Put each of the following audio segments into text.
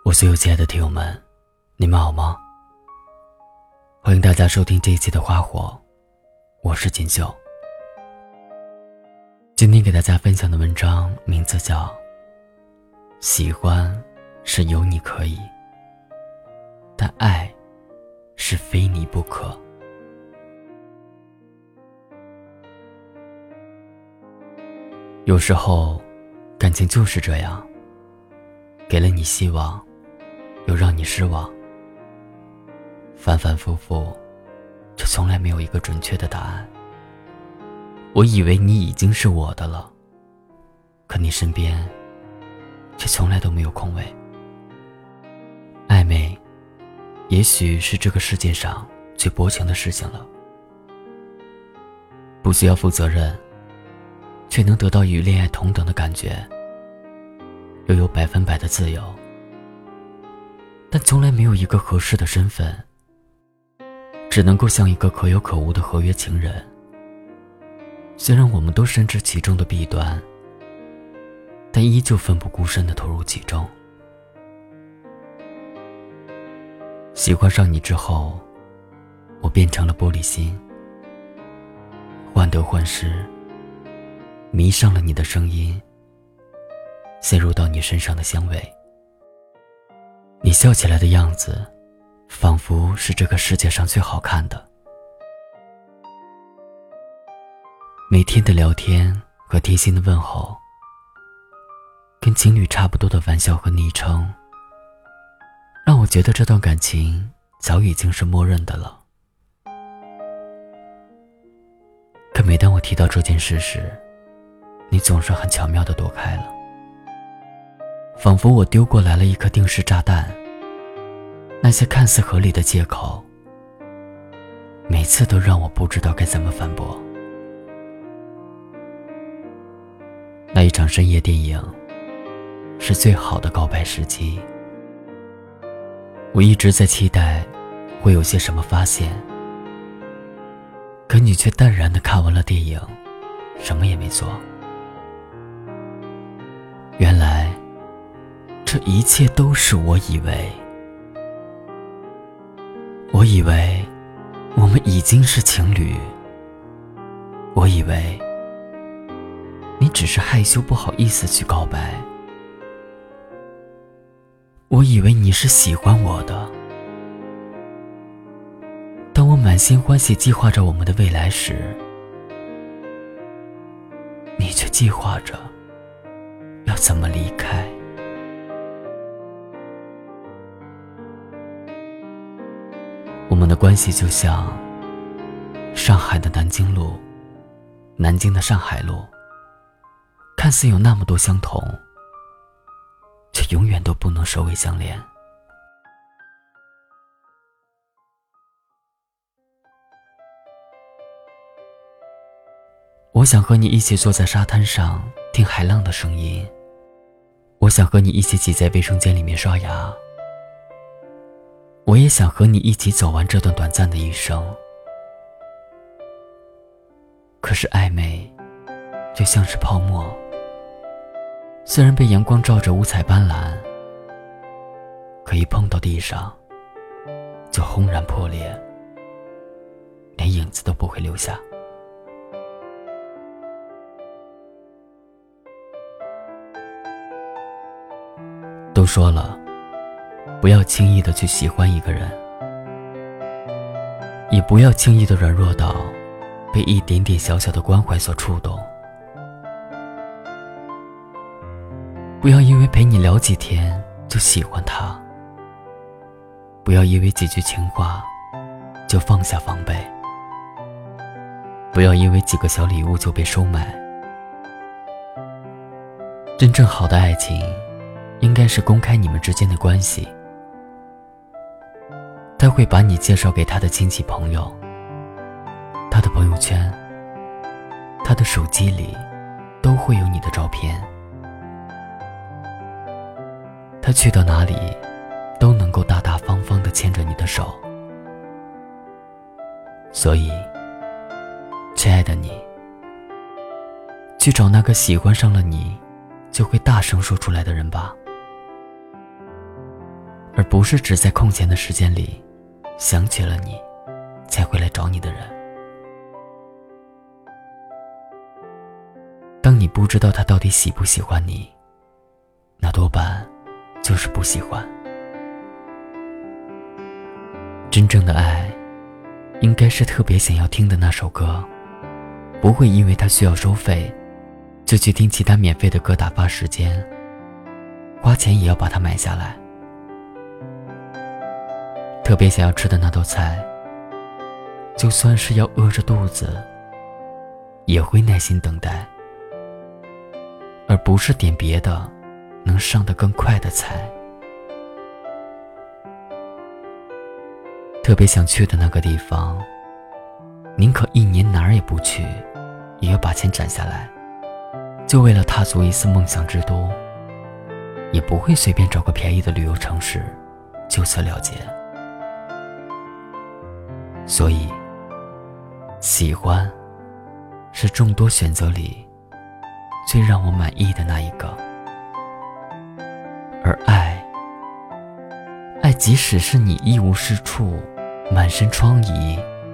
我所有亲爱的听友们，你们好吗？欢迎大家收听这一期的花火，我是锦绣。今天给大家分享的文章名字叫喜欢是有你可以，但爱是非你不可。有时候感情就是这样，给了你希望，又让你失望，反反复复，却从来没有一个准确的答案。我以为你已经是我的了，可你身边却从来都没有空位。暧昧也许是这个世界上最薄情的事情了，不需要负责任，却能得到与恋爱同等的感觉，又有100%的自由，但从来没有一个合适的身份，只能够像一个可有可无的合约情人。虽然我们都深知其中的弊端，但依旧奋不顾身地投入其中。喜欢上你之后，我变成了玻璃心，患得患失，迷上了你的声音，陷入到你身上的香味。你笑起来的样子，仿佛是这个世界上最好看的。每天的聊天和贴心的问候，跟情侣差不多的玩笑和昵称，让我觉得这段感情早已经是默认的了。可每当我提到这件事时，你总是很巧妙地躲开了，仿佛我丢过来了一颗定时炸弹。那些看似合理的借口，每次都让我不知道该怎么反驳。那一场深夜电影是最好的告白时机，我一直在期待会有些什么发现，可你却淡然地看完了电影，什么也没做。原来这一切都是我以为我们已经是情侣，我以为你只是害羞不好意思去告白，我以为你是喜欢我的。当我满心欢喜计划着我们的未来时，你却计划着要怎么离开。我们的关系就像上海的南京路，南京的上海路，看似有那么多相同，却永远都不能首尾相连。我想和你一起坐在沙滩上听海浪的声音，我想和你一起挤在卫生间里面刷牙，我也想和你一起走完这段短暂的一生。可是暧昧就像是泡沫，虽然被阳光照着五彩斑斓，可一碰到地上就轰然破裂，连影子都不会留下。都说了，不要轻易的去喜欢一个人，也不要轻易的软弱到被一点点小小的关怀所触动。不要因为陪你聊几天就喜欢他，不要因为几句情话就放下防备，不要因为几个小礼物就被收买。真正好的爱情应该是公开你们之间的关系，他会把你介绍给他的亲戚朋友，他的朋友圈，他的手机里都会有你的照片，他去到哪里都能够大大方方地牵着你的手。所以亲爱的你，去找那个喜欢上了你就会大声说出来的人吧。 而不是只在空闲的时间里想起了你才会来找你的人。当你不知道他到底喜不喜欢你，那多半就是不喜欢。真正的爱应该是特别想要听的那首歌，不会因为它需要收费就去听其他免费的歌打发时间，花钱也要把它买下来。特别想要吃的那道菜，就算是要饿着肚子也会耐心等待，而不是点别的能上得更快的菜。特别想去的那个地方，宁可1年哪儿也不去，也要把钱攒下来，就为了踏足一次梦想之都，也不会随便找个便宜的旅游城市就此了结。所以喜欢是众多选择里最让我满意的那一个，而爱即使是你一无是处，满身疮痍，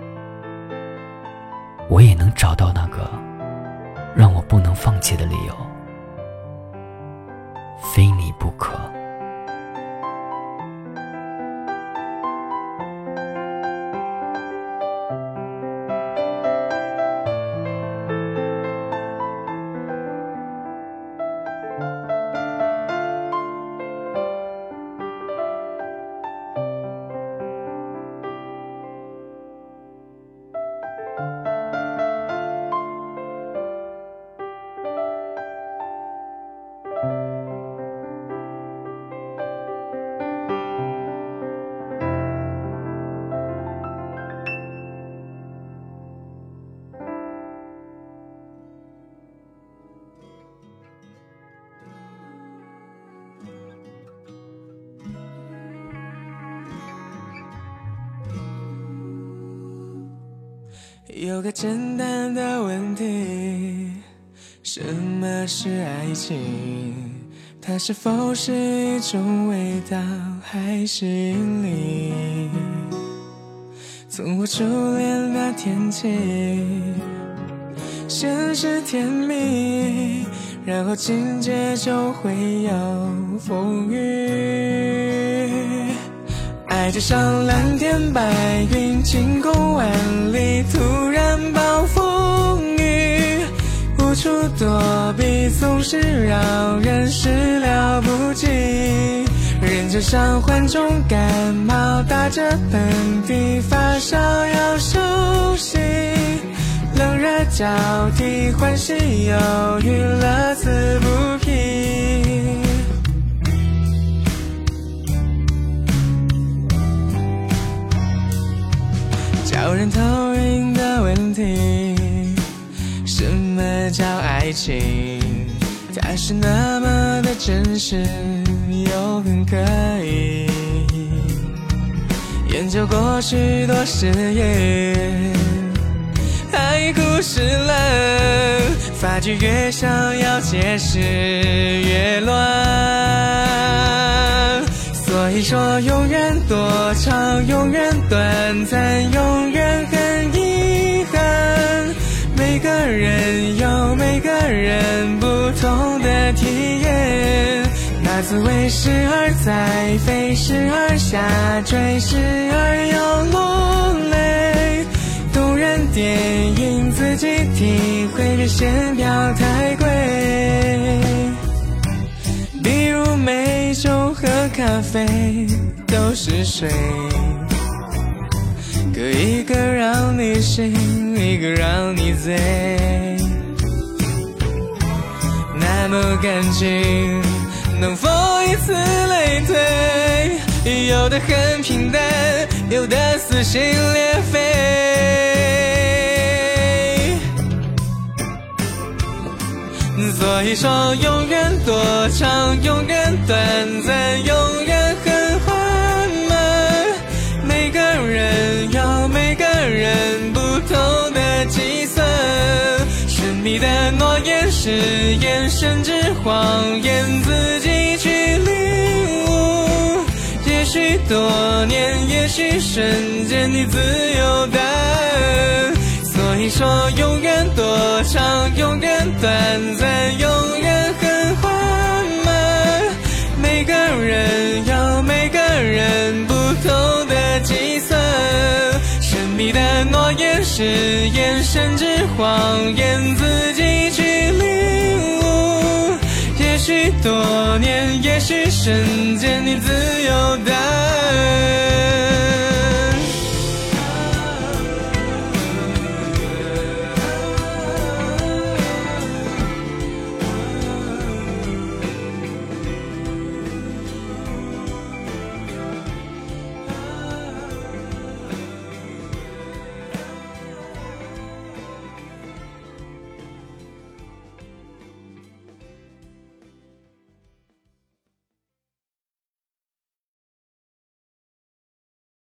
我也能找到那个让我不能放弃的理由，非你不可。 有个简单的问题，什么是爱情？它是否是一种味道，还是引力？从我初恋那天起，先是甜蜜，然后情节就会有风雨。爱就像蓝天白云，晴空万里，突然暴风雨，无处躲避，总是让人始料不及。人就像患重感冒，打着喷嚏，发烧要休息，冷热交替，欢喜忧郁，乐此不疲。叫人头晕的问题，什么叫爱情？它是那么的真实，又很可疑。研究过许多实验，爱故事了，发觉越想要解释越乱。所以说永远多长，永远短暂，永远很遗憾。每个人有每个人不同的体验，那滋味时而在飞，时而下坠，时而又落泪。动人电影自己体会，别嫌票太贵。比如美酒和咖啡都是水，可一个让你醒，一个让你醉。那么感情能否以此类推？有的很平淡，有的撕心裂肺。所以说永远多长，永远短暂，永远很缓慢。每个人有每个人不同的计算，神秘的诺言誓言，甚至谎言，自己去领悟。也许多年，也许瞬间你自由的。所以说永远多长，永远短暂，永远很缓慢。每个人有每个人不同的计算，神秘的诺言、誓言，甚至谎言，自己去领悟。也许多年，也许瞬间，你自由的。